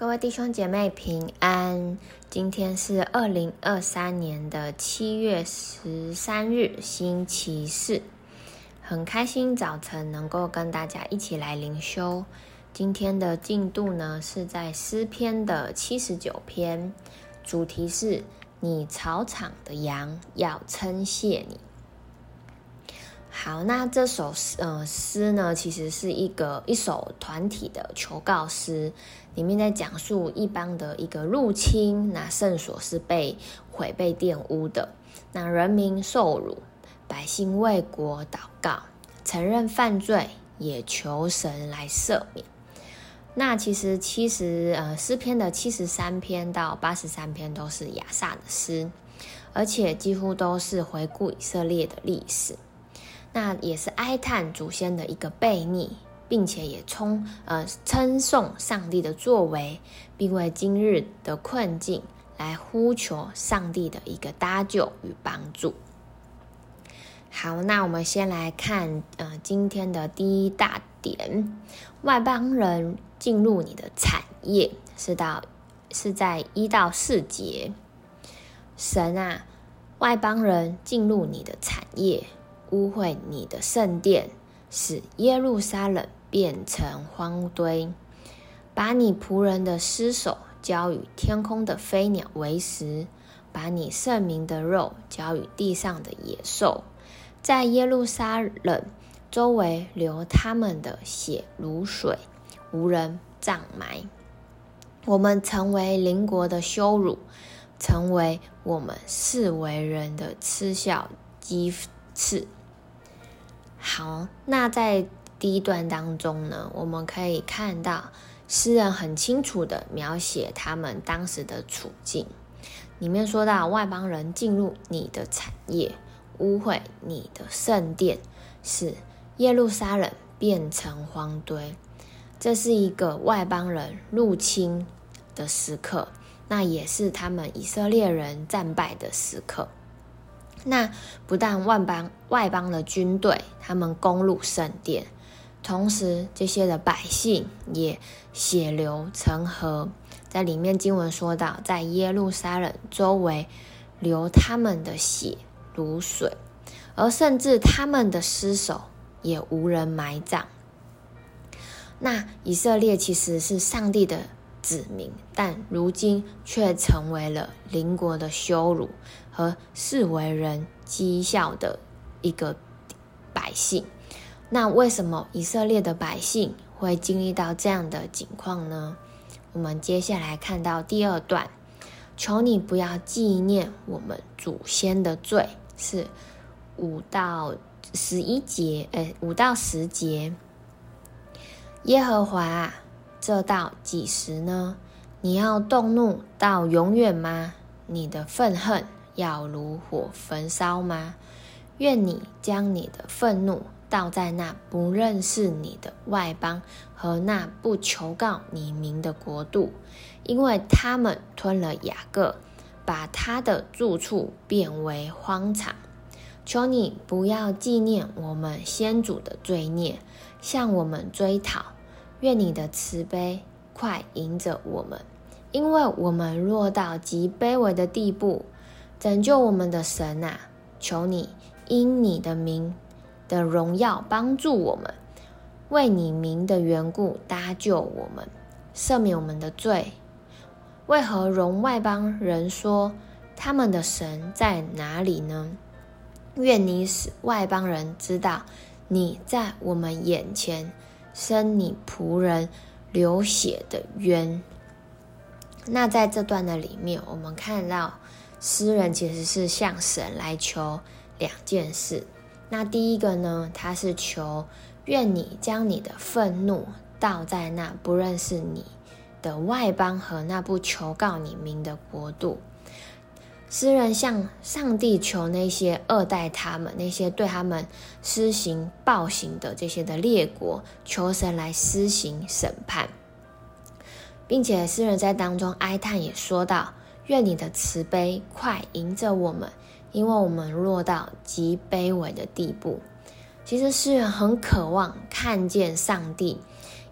各位弟兄姐妹平安，今天是2023年的7月13日星期四，很开心早晨能够跟大家一起来灵修。今天的进度呢是在诗篇的79篇，主题是你草场的羊要称谢你。好，那这首诗呢，其实是一首团体的求告诗，里面在讲述异邦的一个入侵，那圣所是被毁被玷污的，那人民受辱，百姓为国祷告，承认犯罪，也求神来赦免。那其实诗篇的73篇到83篇都是亚萨的诗，而且几乎都是回顾以色列的历史。那也是哀叹祖先的一个悖逆，并且也称颂上帝的作为，并为今日的困境来呼求上帝的一个搭救与帮助。好，那我们先来看今天的第一大点，外邦人进入你的产业，是在1到4节。神啊，外邦人进入你的产业，污秽你的圣殿，使耶路撒冷变成荒堆，把你仆人的尸首交与天空的飞鸟为食，把你圣民的肉交与地上的野兽，在耶路撒冷周围流他们的血如水，无人葬埋。我们成为邻国的羞辱，成为我们世为人的嗤笑讥刺。好，那在第一段当中呢，我们可以看到诗人很清楚地描写他们当时的处境。里面说到外邦人进入你的产业，污秽你的圣殿，使耶路撒冷变成荒堆。这是一个外邦人入侵的时刻，那也是他们以色列人战败的时刻。那不但外邦的军队他们攻入圣殿，同时这些的百姓也血流成河。在里面经文说到，在耶路撒冷周围流他们的血如水，而甚至他们的尸首也无人埋葬。那以色列其实是上帝的子民，但如今却成为了邻国的羞辱和世为人讥笑的一个百姓。那为什么以色列的百姓会经历到这样的境况呢？我们接下来看到第二段，求你不要纪念我们祖先的罪，是5到10节。耶和华啊，这到几时呢？你要动怒到永远吗？你的愤恨要如火焚烧吗？愿你将你的愤怒倒在那不认识你的外邦和那不求告你名的国度，因为他们吞了雅各，把他的住处变为荒场。求你不要纪念我们先祖的罪孽，向我们追讨。愿你的慈悲快迎着我们，因为我们落到极卑微的地步。拯救我们的神啊，求你因你的名的荣耀帮助我们，为你名的缘故搭救我们，赦免我们的罪。为何容外邦人说他们的神在哪里呢？愿你使外邦人知道你在我们眼前生你仆人流血的冤。那在这段的里面，我们看到诗人其实是向神来求2件事。那第一个呢，他是求愿你将你的愤怒倒在那不认识你的外邦和那不求告你名的国度。诗人向上帝求那些恶待他们，那些对他们施行暴行的这些的列国，求神来施行审判。并且诗人在当中哀叹也说到，愿你的慈悲快迎着我们，因为我们落到极卑微的地步。其实诗人很渴望看见上帝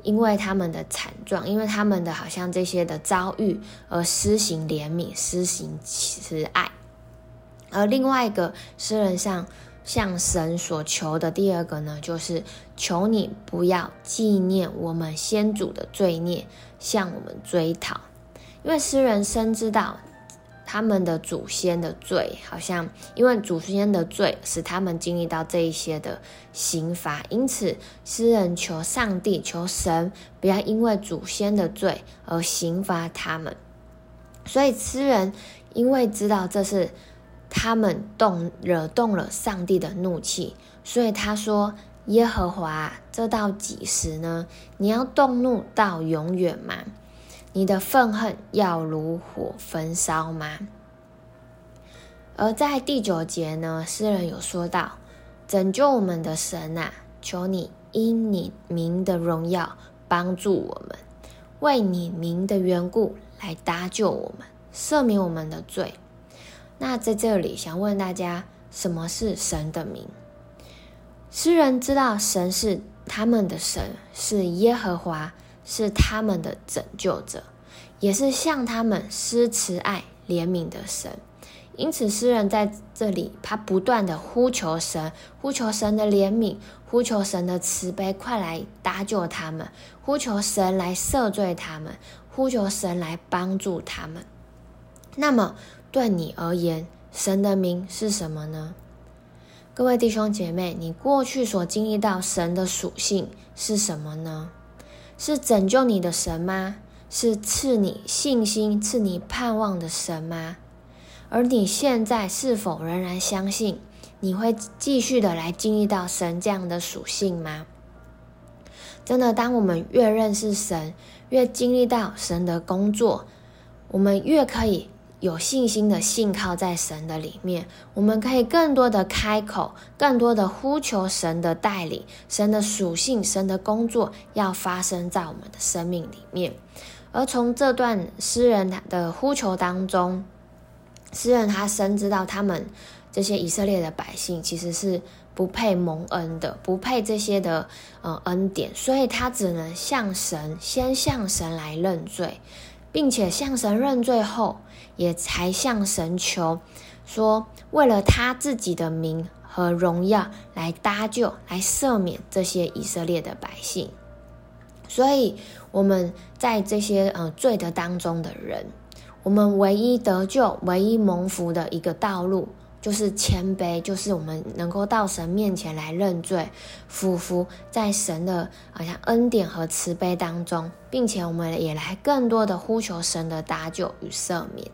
因为他们的惨状，因为他们的好像这些的遭遇而施行怜悯，施行慈爱。而另外一个诗人向神所求的第二个呢，就是求你不要纪念我们先祖的罪孽，向我们追讨。因为诗人深知道他们的祖先的罪，好像因为祖先的罪使他们经历到这一些的刑罚，因此诗人求上帝，求神不要因为祖先的罪而刑罚他们。所以诗人因为知道这是他们惹动了上帝的怒气，所以他说，耶和华，这到几时呢？你要动怒到永远吗？你的愤恨要如火焚烧吗？而在第9节呢，诗人有说到，拯救我们的神啊，求你因你名的荣耀帮助我们，为你名的缘故来搭救我们，赦免我们的罪。那在这里想问大家，什么是神的名？诗人知道神是他们的神，是耶和华，是他们的拯救者，也是向他们施慈爱怜悯的神。因此诗人在这里他不断的呼求神，呼求神的怜悯，呼求神的慈悲，快来搭救他们，呼求神来赦罪他们，呼求神来帮助他们。那么对你而言，神的名是什么呢？各位弟兄姐妹，你过去所经历到神的属性是什么呢？是拯救你的神吗？是赐你信心、赐你盼望的神吗？而你现在是否仍然相信你会继续的来经历到神这样的属性吗？真的，当我们越认识神，越经历到神的工作，我们越可以有信心的信靠在神的里面，我们可以更多的开口，更多的呼求神的带领，神的属性，神的工作要发生在我们的生命里面。而从这段诗人的呼求当中，诗人他深知到他们这些以色列的百姓其实是不配蒙恩的，不配这些的恩典，所以他只能先向神来认罪，并且向神认罪后，也才向神求说，为了他自己的名和荣耀来搭救，来赦免这些以色列的百姓。所以我们在这些罪的当中的人，我们唯一得救、唯一蒙福的一个道路就是谦卑，就是我们能够到神面前来认罪，俯伏在神的好像恩典和慈悲当中，并且我们也来更多的呼求神的搭救与赦免。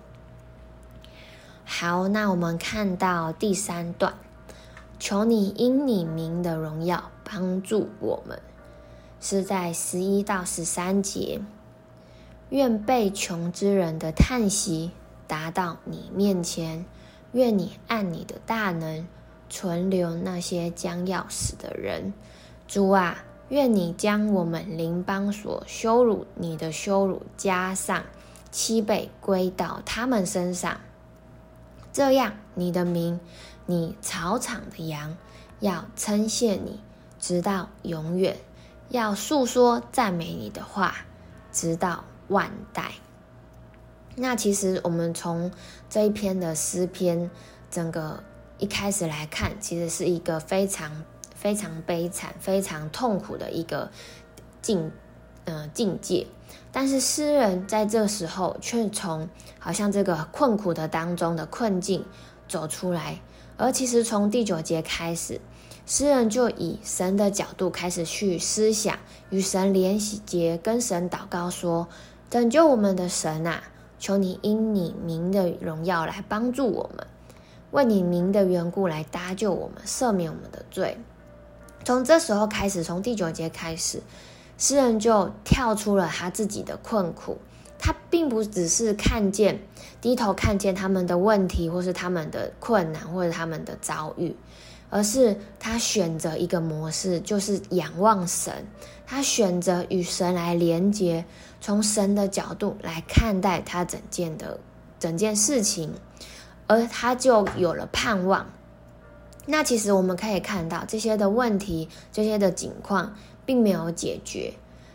好，那我们看到第3段，求你因你名的荣耀帮助我们，是在11到13节。愿被穷之人的叹息达到你面前，愿你按你的大能存留那些将要死的人。主啊，愿你将我们邻邦所羞辱你的羞辱加上7倍归到他们身上。这样你的名，你草场的羊要称谢你直到永远，要述说赞美你的话直到万代。那其实我们从这一篇的诗篇整个一开始来看，其实是一个非常非常悲惨、非常痛苦的一个境界。但是诗人在这时候却从好像这个困苦的当中的困境走出来，而其实从第9节开始，诗人就以神的角度开始去思想，与神连结，跟神祷告说，拯救我们的神啊，求你因你名的荣耀来帮助我们，为你名的缘故来搭救我们，赦免我们的罪。从这时候开始，从第9节开始，诗人就跳出了他自己的困苦，他并不只是低头看见他们的问题，或是他们的困难，或者他们的遭遇，而是他选择一个模式，就是仰望神，他选择与神来连结，从神的角度来看待他整件事情，而他就有了盼望。那其实我们可以看到，这些的问题，这些的境况并没有解决，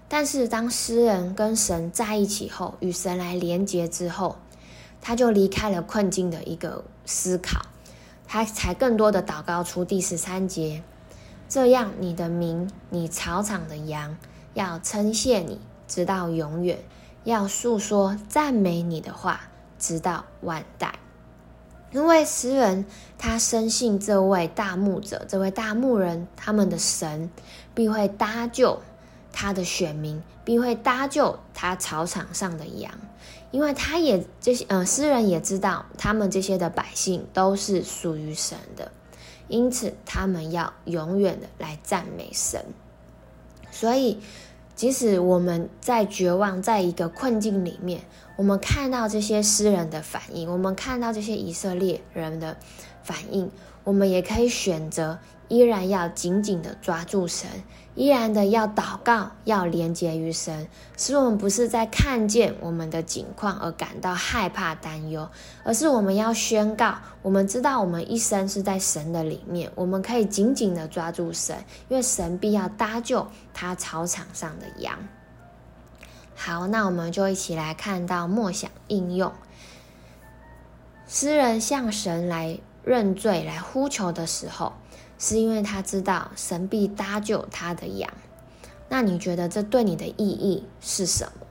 但是当诗人跟神在一起后，与神来连结之后，他就离开了困境的一个思考，他才更多的祷告出第13节，这样你的民，你草场的羊，要称谢你，直到永远，要诉说赞美你的话，直到万代。因为诗人他深信这位大牧者，这位大牧人，他们的神必会搭救他的选民，必会搭救他草场上的羊，因为他也诗人也知道他们这些的百姓都是属于神的，因此他们要永远的来赞美神。所以即使我们在绝望，在一个困境里面，我们看到这些诗人的反应，我们看到这些以色列人的反应，我们也可以选择依然要紧紧的抓住神，依然的要祷告，要连结于神，使我们不是在看见我们的境况而感到害怕担忧，而是我们要宣告，我们知道我们一生是在神的里面，我们可以紧紧的抓住神，因为神必要搭救他草场上的羊。好，那我们就一起来看到默想应用。诗人向神来认罪，来呼求的时候，是因为他知道神必搭救他的羊。那你觉得这对你的意义是什么？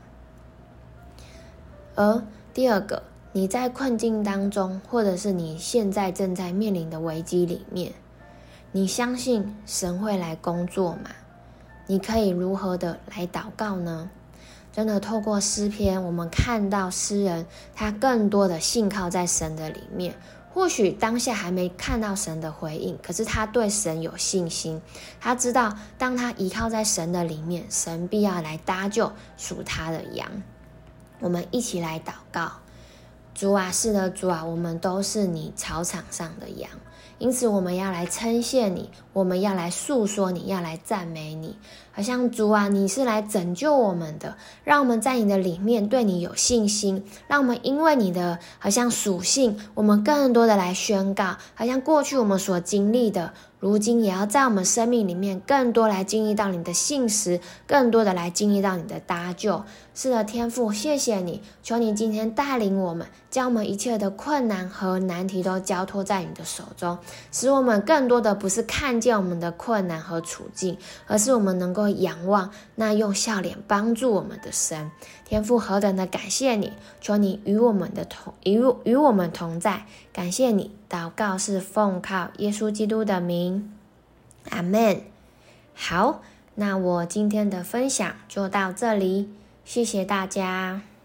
而第二个，你在困境当中，或者是你现在正在面临的危机里面，你相信神会来工作吗？你可以如何的来祷告呢？真的透过诗篇，我们看到诗人他更多的信靠在神的里面，或许当下还没看到神的回应，可是他对神有信心，他知道当他依靠在神的里面，神必要来搭救属他的羊。我们一起来祷告。主啊，是的，主啊，我们都是你草场上的羊，因此我们要来称谢你，我们要来诉说你，要来赞美你。好像主啊，你是来拯救我们的，让我们在你的里面对你有信心，让我们因为你的好像属性，我们更多的来宣告，好像过去我们所经历的，如今也要在我们生命里面更多来经历到你的信实，更多的来经历到你的搭救。是的，天父，谢谢你，求你今天带领我们，将我们一切的困难和难题都交托在你的手中，使我们更多的不是看见我们的困难和处境，而是我们能够仰望那用笑脸帮助我们的神。天父，何等的感谢你，求你与我们同在，感谢你。祷告是奉靠耶稣基督的名，阿们。好，那我今天的分享就到这里，谢谢大家。